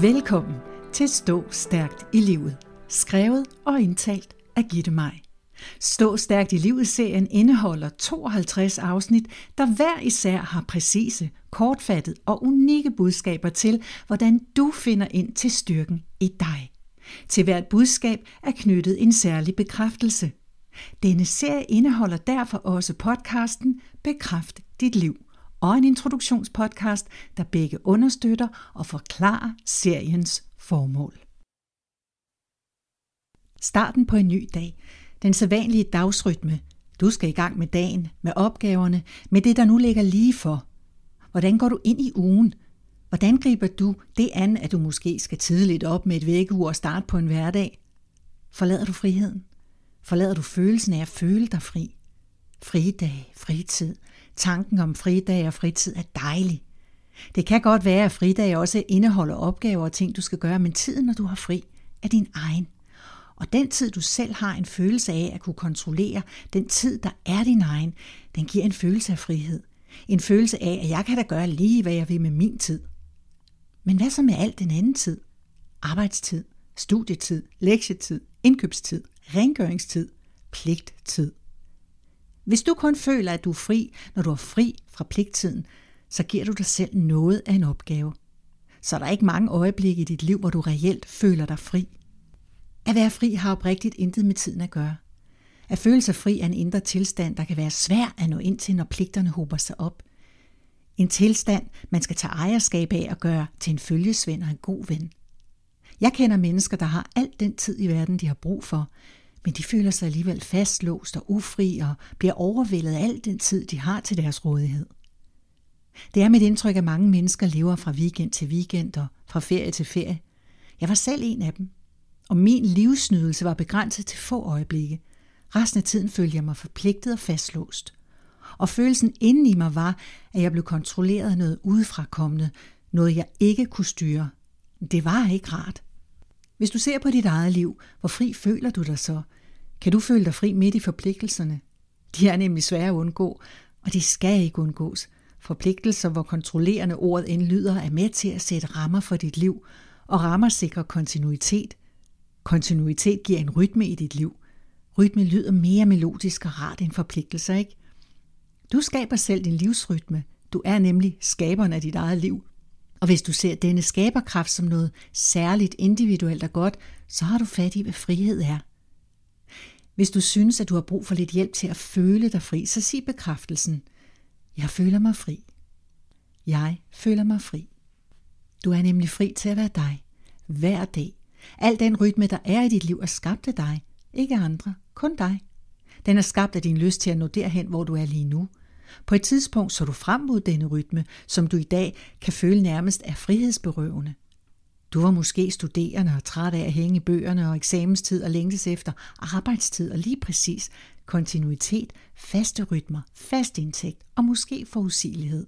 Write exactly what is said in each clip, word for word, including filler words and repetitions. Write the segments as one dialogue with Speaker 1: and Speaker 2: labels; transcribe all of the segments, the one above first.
Speaker 1: Velkommen til Stå Stærkt i Livet, skrevet og indtalt af Gitte Maj. Stå Stærkt i Livet-serien indeholder tooghalvtreds afsnit, der hver især har præcise, kortfattet og unikke budskaber til, hvordan du finder ind til styrken i dig. Til hvert budskab er knyttet en særlig bekræftelse. Denne serie indeholder derfor også podcasten Bekræft dit liv og en introduktionspodcast, der begge understøtter og forklarer seriens formål. Starten på en ny dag. Den sædvanlige dagsrytme. Du skal i gang med dagen, med opgaverne, med det, der nu ligger lige for. Hvordan går du ind i ugen? Hvordan griber du det an, at du måske skal tidligt op med et vækkeur og starte på en hverdag? Forlader du friheden? Forlader du følelsen af at føle dig fri? Fridag, fritid. Tanken om fridag og fritid er dejlig. Det kan godt være, at fridag også indeholder opgaver og ting, du skal gøre, men tiden, når du har fri, er din egen. Og den tid, du selv har en følelse af at kunne kontrollere, den tid, der er din egen, den giver en følelse af frihed. En følelse af, at jeg kan da gøre lige, hvad jeg vil med min tid. Men hvad så med alt den anden tid? Arbejdstid, studietid, lektietid, indkøbstid, rengøringstid, pligttid. Hvis du kun føler, at du er fri, når du er fri fra pligttiden, så giver du dig selv noget af en opgave. Så er der ikke mange øjeblikke i dit liv, hvor du reelt føler dig fri. At være fri har oprigtigt intet med tiden at gøre. At føle sig fri er en indre tilstand, der kan være svær at nå ind til, når pligterne hober sig op. En tilstand, man skal tage ejerskab af og gøre til en følgesvend og en god ven. Jeg kender mennesker, der har al den tid i verden, de har brug for, men de føler sig alligevel fastlåst og ufri og bliver overvældet af al den tid, de har til deres rådighed. Det er mit indtryk, at mange mennesker lever fra weekend til weekend og fra ferie til ferie. Jeg var selv en af dem, og min livsnydelse var begrænset til få øjeblikke. Resten af tiden følte jeg mig forpligtet og fastlåst. Og følelsen inden i mig var, at jeg blev kontrolleret af noget udefrakommende, noget jeg ikke kunne styre. Det var ikke rart. Hvis du ser på dit eget liv, hvor fri føler du dig så? Kan du føle dig fri midt i forpligtelserne? De er nemlig svære at undgå, og de skal ikke undgås. Forpligtelser, hvor kontrollerende ordet end lyder, er med til at sætte rammer for dit liv, og rammer sikrer kontinuitet. Kontinuitet giver en rytme i dit liv. Rytme lyder mere melodisk og rart end forpligtelser, ikke? Du skaber selv din livsrytme. Du er nemlig skaberen af dit eget liv. Og hvis du ser denne skaberkraft som noget særligt individuelt og godt, så har du fat i, hvad frihed er. Hvis du synes, at du har brug for lidt hjælp til at føle dig fri, så sig bekræftelsen. Jeg føler mig fri. Jeg føler mig fri. Du er nemlig fri til at være dig. Hver dag. Al den rytme, der er i dit liv, er skabt af dig. Ikke andre. Kun dig. Den er skabt af din lyst til at nå derhen, hvor du er lige nu. På et tidspunkt så du frem mod denne rytme, som du i dag kan føle nærmest er frihedsberøvende. Du var måske studerende og træt af at hænge i bøgerne og eksamenstid og længtes efter arbejdstid og lige præcis kontinuitet, faste rytmer, fast indtægt og måske forudsigelighed.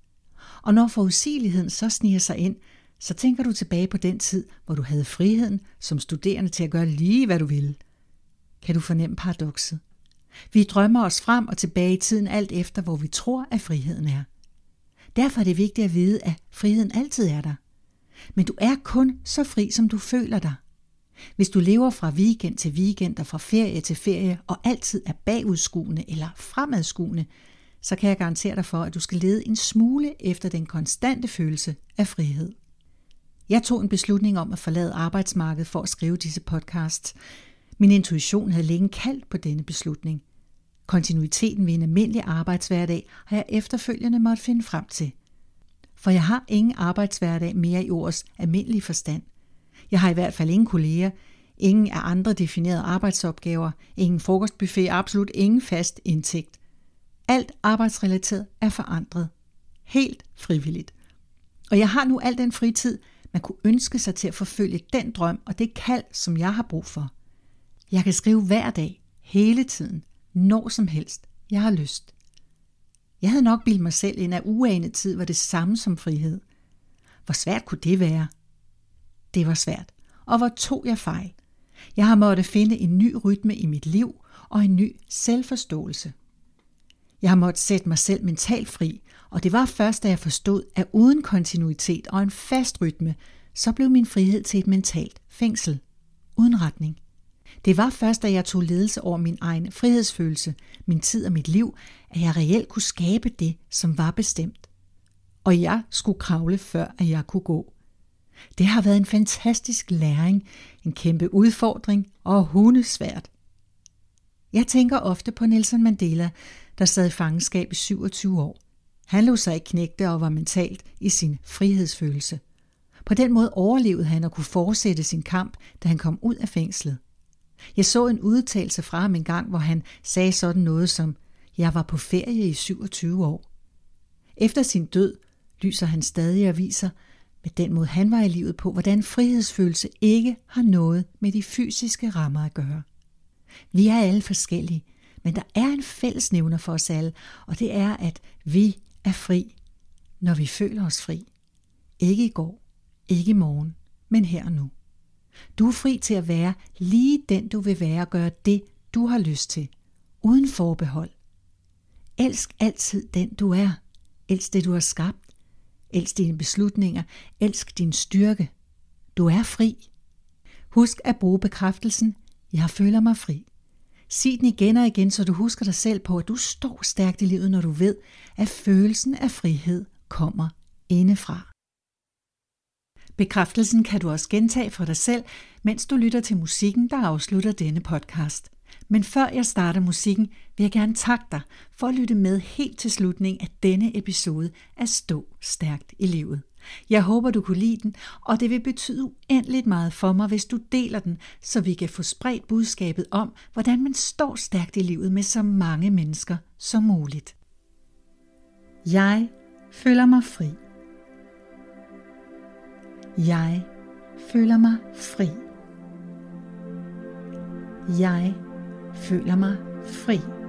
Speaker 1: Og når forudsigeligheden så sniger sig ind, så tænker du tilbage på den tid, hvor du havde friheden som studerende til at gøre lige, hvad du ville. Kan du fornemme paradokset? Vi drømmer os frem og tilbage i tiden alt efter, hvor vi tror, at friheden er. Derfor er det vigtigt at vide, at friheden altid er der. Men du er kun så fri, som du føler dig. Hvis du lever fra weekend til weekend og fra ferie til ferie og altid er bagudskuende eller fremadskuende, så kan jeg garantere dig for, at du skal lede en smule efter den konstante følelse af frihed. Jeg tog en beslutning om at forlade arbejdsmarkedet for at skrive disse podcasts. Min intuition havde længe kaldt på denne beslutning. Kontinuiteten ved en almindelig arbejdshverdag har jeg efterfølgende måtte finde frem til. For jeg har ingen arbejdshverdag mere i ordets almindelige forstand. Jeg har i hvert fald ingen kolleger, ingen af andre definerede arbejdsopgaver, ingen frokostbuffet, absolut ingen fast indtægt. Alt arbejdsrelateret er forandret. Helt frivilligt. Og jeg har nu al den fritid, man kunne ønske sig til at forfølge den drøm og det kald, som jeg har brug for. Jeg kan skrive hver dag, hele tiden, når som helst. Jeg har lyst. Jeg havde nok bildt mig selv ind, at uanet tid var det samme som frihed. Hvor svært kunne det være? Det var svært. Og hvor tog jeg fejl? Jeg har måttet finde en ny rytme i mit liv og en ny selvforståelse. Jeg har måttet sætte mig selv mentalt fri, og det var først, da jeg forstod, at uden kontinuitet og en fast rytme, så blev min frihed til et mentalt fængsel, uden retning. Det var først, da jeg tog ledelse over min egen frihedsfølelse, min tid og mit liv, at jeg reelt kunne skabe det, som var bestemt. Og jeg skulle kravle, før at jeg kunne gå. Det har været en fantastisk læring, en kæmpe udfordring og hundesvært. Jeg tænker ofte på Nelson Mandela, der sad i fangenskab i syvogtyve år. Han lod sig ikke knægte og var mentalt i sin frihedsfølelse. På den måde overlevede han og kunne fortsætte sin kamp, da han kom ud af fængslet. Jeg så en udtalelse fra ham en gang, hvor han sagde sådan noget som, jeg var på ferie i syvogtyve år. Efter sin død lyser han stadig og viser, med den måde han var i livet på, hvordan frihedsfølelse ikke har noget med de fysiske rammer at gøre. Vi er alle forskellige, men der er en fællesnævner for os alle, og det er, at vi er fri, når vi føler os fri. Ikke i går, ikke i morgen, men her og nu. Du er fri til at være lige den, du vil være og gøre det, du har lyst til, uden forbehold. Elsk altid den, du er. Elsk det, du har skabt. Elsk dine beslutninger. Elsk din styrke. Du er fri. Husk at bruge bekræftelsen, jeg føler mig fri. Sig den igen og igen, så du husker dig selv på, at du står stærkt i livet, når du ved, at følelsen af frihed kommer indefra. Bekræftelsen kan du også gentage for dig selv, mens du lytter til musikken, der afslutter denne podcast. Men før jeg starter musikken, vil jeg gerne takke dig for at lytte med helt til slutningen af denne episode af Stå Stærkt i Livet. Jeg håber, du kunne lide den, og det vil betyde uendeligt meget for mig, hvis du deler den, så vi kan få spredt budskabet om, hvordan man står stærkt i livet med så mange mennesker som muligt. Jeg føler mig fri. Jeg føler mig fri. Jeg føler mig fri.